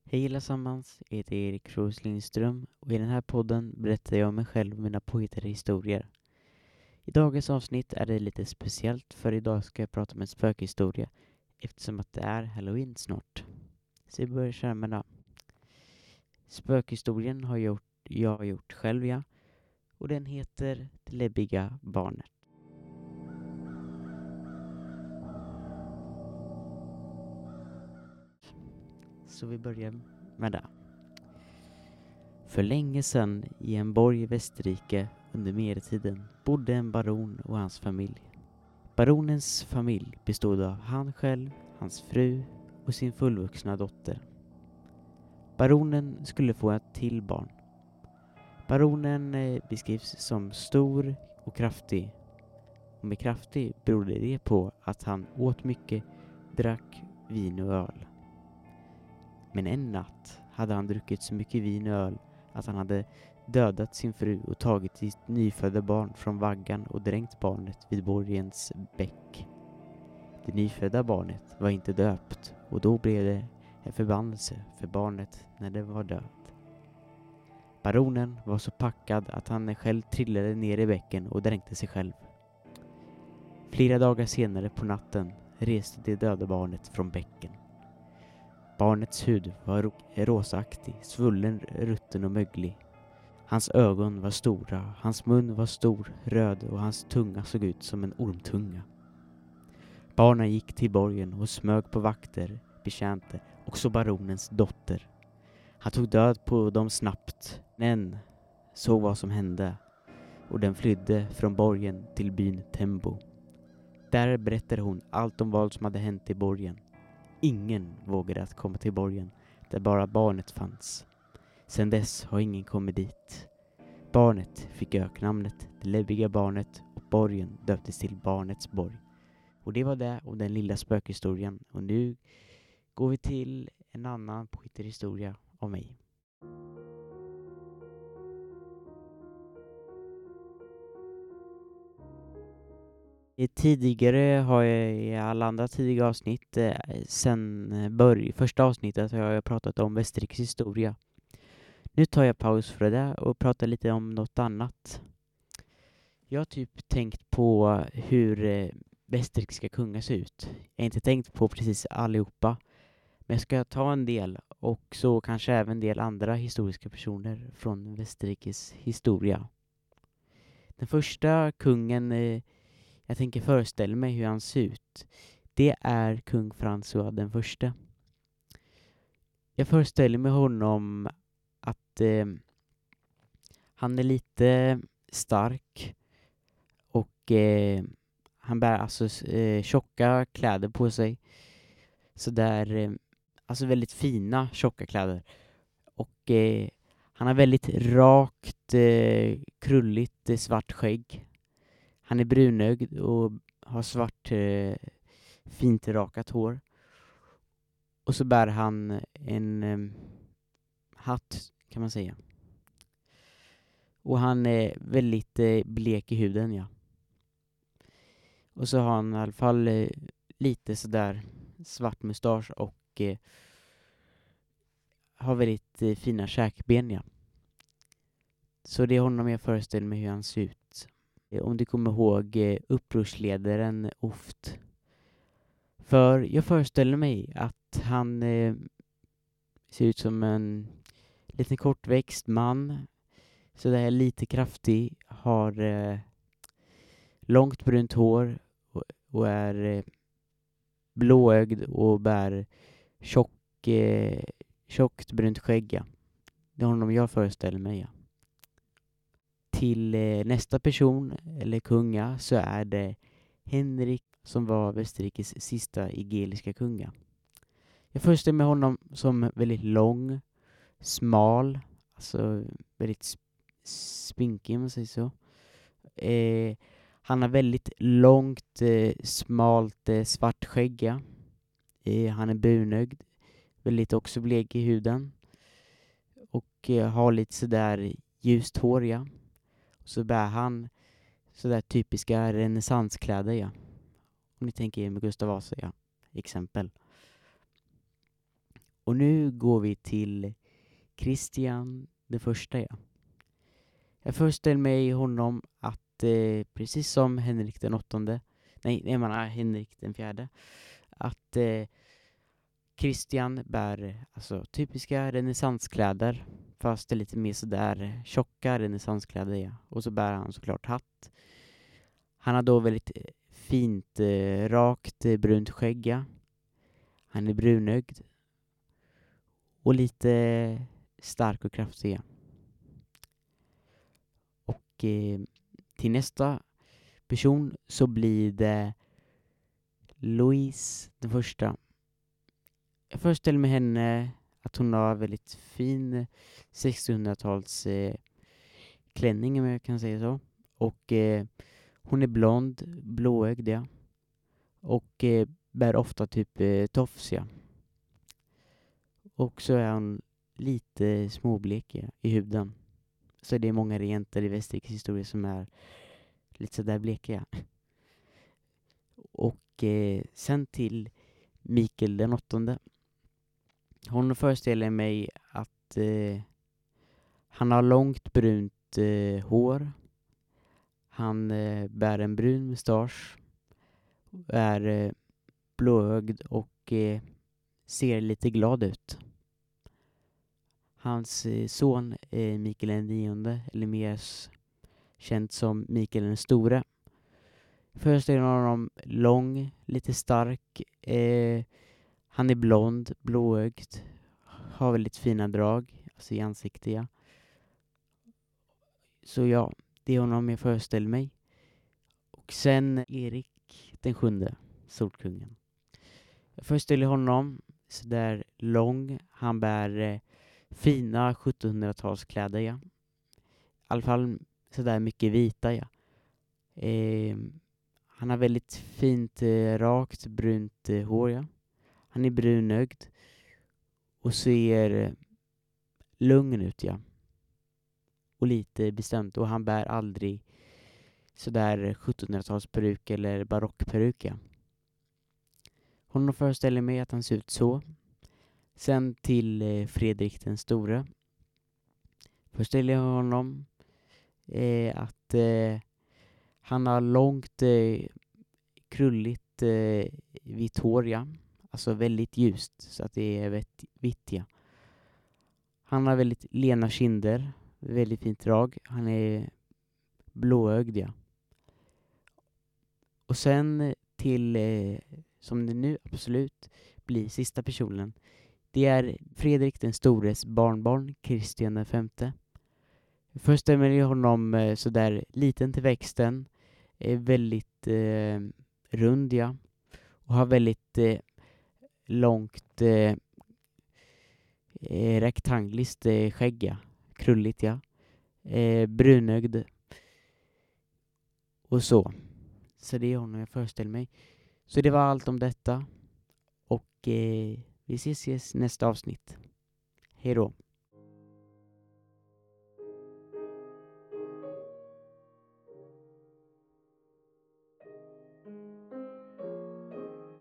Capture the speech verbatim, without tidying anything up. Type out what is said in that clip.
Hej allesammans, jag heter Erik Roos Lindström och i den här podden berättar jag om mig själv och mina påhittade historier. I dagens avsnitt är det lite speciellt för idag ska jag prata om en spökhistoria eftersom att det är Halloween snart. Så vi börjar köra med det. Spökhistorien har jag gjort, jag har gjort själv ja, och den heter Det läbbiga barnet. Så vi börjar med det. För länge sedan i en borg i Västerrike under medeltiden bodde en baron och hans familj. Baronens familj bestod av han själv, hans fru och sin fullvuxna dotter. Baronen skulle få ett till barn. Baronen eh, beskrivs som stor och kraftig. Och med kraftig berodde det på att han åt mycket, drack vin och öl. Men en natt hade han druckit så mycket vin och öl att han hade dödat sin fru och tagit sitt nyfödda barn från vaggan och dränkt barnet vid borgens bäck. Det nyfödda barnet var inte döpt och då blev det en förbannelse för barnet när det var dött. Baronen var så packad att han själv trillade ner i bäcken och dränkte sig själv. Flera dagar senare på natten reste det döda barnet från bäcken. Barnets hud var ro- rosaaktig, svullen, rutten och möglig. Hans ögon var stora, hans mun var stor, röd och hans tunga såg ut som en ormtunga. Barnen gick till borgen och smög på vakter, betjänte, också baronens dotter. Han tog död på dem snabbt, men såg vad som hände och den flydde från borgen till byn Tembo. Där berättade hon allt om vad som hade hänt i borgen. Ingen vågade att komma till borgen där bara barnet fanns. Sedan dess har ingen kommit dit. Barnet fick öknamnet Det läbbiga barnet och borgen döptes till Barnets borg. Och det var det om den lilla spökhistorien. Och nu går vi till en annan påhittarhistoria om mig. I tidigare har jag i alla andra tidiga avsnitt eh, sen börj- första avsnittet har jag pratat om Västerriks historia. Nu tar jag paus för det och pratar lite om något annat. Jag har typ tänkt på hur eh, västerrikiska kungar ser ut. Jag har inte tänkt på precis allihopa. Men jag ska ta en del och så kanske även en del andra historiska personer från Västerrikes historia. Den första kungen eh, jag tänker föreställa mig hur han ser ut. Det är kung François den första. Jag föreställer mig honom att eh, han är lite stark och eh, han bär alltså eh, tjocka kläder på sig. Så där, eh, alltså väldigt fina tjocka kläder. Och eh, han har väldigt rakt, eh, krulligt eh, svart skägg. Han är brunögd och har svart, eh, fint rakat hår. Och så bär han en eh, hatt kan man säga. Och han är väldigt eh, blek i huden, ja. Och så har han i alla fall eh, lite sådär svart mustasch och eh, har väldigt eh, fina käkben, ja. Så det är honom jag föreställer mig hur han ser ut. Eh, Om du kommer ihåg eh, upprorsledaren Oft. För jag föreställer mig att han eh, ser ut som en liten kortväxt man. Så där lite kraftig, har eh, långt brunt hår och, och är eh, blåögd och bär tjock, eh, tjockt brunt skägg. Ja. Det är honom jag föreställer mig. Ja. Till eh, nästa person, eller kunga, så är det Henrik som var Västerrikes sista igeliska kunga. Jag föreställer mig honom som väldigt lång, smal, alltså väldigt sp- spinkig om man säger så. Eh, han har väldigt långt, eh, smalt, eh, svart skägg. Ja. Eh, han är brunögd, väldigt också blek i huden. Och eh, har lite sådär ljust hår, ja. Så bär han sådär typiska renässanskläder, ja. Om ni tänker er med Gustav Vasa, ja. Exempel. Och nu går vi till Kristian den första. Ja. Jag föreställer mig honom att eh, precis som Henrik den åttonde, nej, jag menar Henrik den fjärde, att eh, Kristian bär alltså typiska renässanskläder, fast det är lite mer sådär tjocka renässanskläder. Ja. Och så bär han såklart hatt. Han har då väldigt fint, eh, rakt, eh, brunt skägg. Ja. Han är brunögd och lite stark och kraftig. Ja. Och eh, till nästa person så blir det Louise den första. Jag föreställer mig henne att hon har väldigt fin sextonhundratals eh, klänning, om jag kan säga så. Och eh, hon är blond, blåögd, ja. Och eh, bär ofta typ eh, tofs, ja. Och så är hon lite småblek, ja, i huden. Så det är många regenter i Västerrikes historia som är lite sådär bleka, ja. Och eh, sen till Mikael den åttonde. Hon föreställer mig att eh, han har långt brunt eh, hår. Han eh, bär en brun mustasch. Är eh, blåögd och eh, ser lite glad ut. Hans eh, son är Mikael den nionde, eller mer s- känd som Mikael den store. Föreställer honom lång, lite stark. Eh, han är blond, blåögd. Har väldigt fina drag, alltså i ansiktet, ja. Så ja, det är honom jag föreställer mig. Och sen Erik den sjunde, Solkungen. Jag föreställer honom sådär lång. Han bär eh, fina sjuttonhundratalskläder, ja. I alla fall sådär mycket vita, ja. Eh, han har väldigt fint, eh, rakt, brunt eh, hår, ja. Han är brunögd och ser eh, lugn ut, ja. Och lite bestämt. Och han bär aldrig sådär sjuttonhundratalsperuk eller barockperuk, ja. Honom föreställer mig att han ser ut så. Sen till eh, Fredrik den store. Föreställer jag honom eh, att eh, han har långt, eh, krulligt, eh, vitt hår, ja. Alltså väldigt ljust, så att det är vitt, vitt, ja. Han har väldigt lena kinder, väldigt fint drag. Han är blåögd, ja. Och sen till, eh, som det nu absolut blir sista personen. Det är Fredrik den stores barnbarn, Kristian den femte. Först stämmer jag honom eh, sådär liten till växten. Eh, väldigt eh, rund, ja. Och har väldigt eh, långt eh, eh, rektangliskt eh, skägg, ja. Krulligt, ja. Eh, brunögd. Och så. Så det är honom jag föreställer mig. Så det var allt om detta. Och eh, vi ses i nästa avsnitt. Hej då.